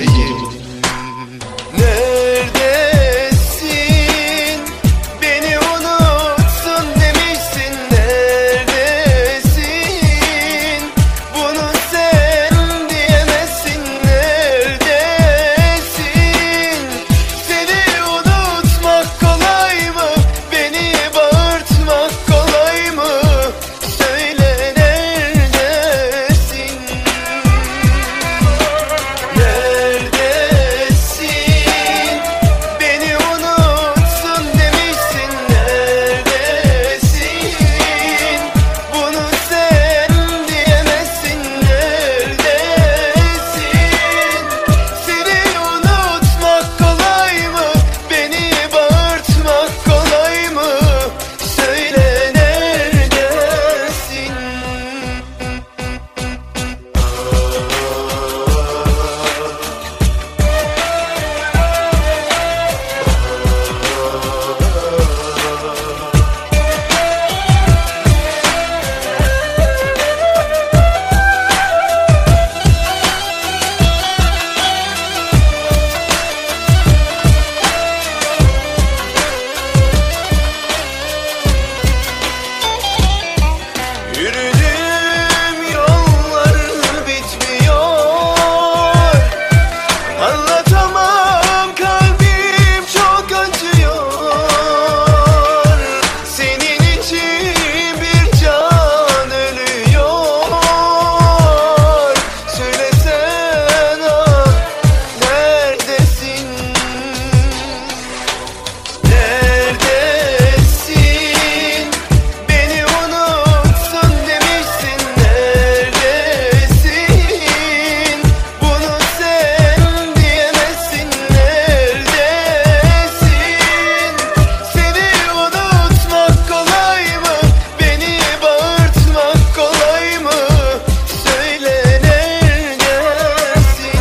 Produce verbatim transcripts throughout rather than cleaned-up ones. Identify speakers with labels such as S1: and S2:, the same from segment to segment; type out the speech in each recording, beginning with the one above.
S1: sevgilim.
S2: Neredesin? Beni unutsun demişsin. Neredesin? Bunu sen diyemezsin. Neredesin? Seni unutmak kolay mı? Beni bağırtmak kolay mı? Söyle neredesin? Neredesin? Beni unutsun demişsin. Neredesin? Bunu sen diyemezsin. Neredesin? Seni unutmak kolay mı? Beni bağırtmak kolay mı? Söyle neredesin? Yürüdüğüm yollar bitmiyor. Anlatamam, kalbim çok acıyor. Senin için bir can ölüyor. Söylesene neredesin? Neredesin? Beni unutsun demişsin. Neredesin? Bunu sen diyemezsin. Neredesin? Seni unutmak kolay mı? Beni bağırtmak kolay mı? Söyle neredesin?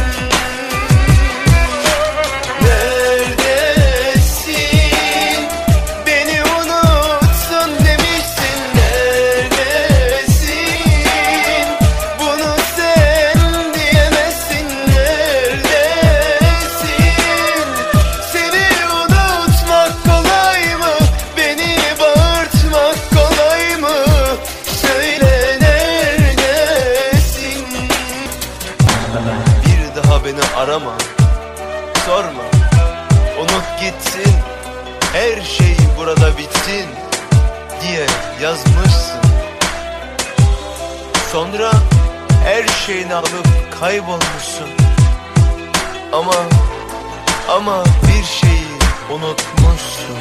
S2: Neredesin? Beni unutsun demişsin. Neredesin? Bunu sen diyemezsin. Neredesin? Seni unutmak kolay mı? Beni bağırtmak kolay mı? Söyle neredesin? Bir daha beni arama, sorma, unut gitsin, her şey burada bitsin diye yazmışsın. Sonra her şeyini alıp kaybolmuşsun. Ama ama bir şeyi unutmuşsun.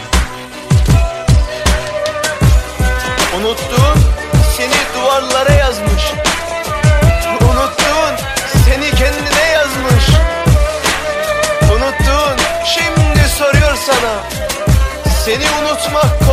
S2: Unuttuğun seni duvarlara yazmış. Unuttuğun seni kendine yazmış. Unuttuğun şimdi soruyor sana. Seni unutmak kolay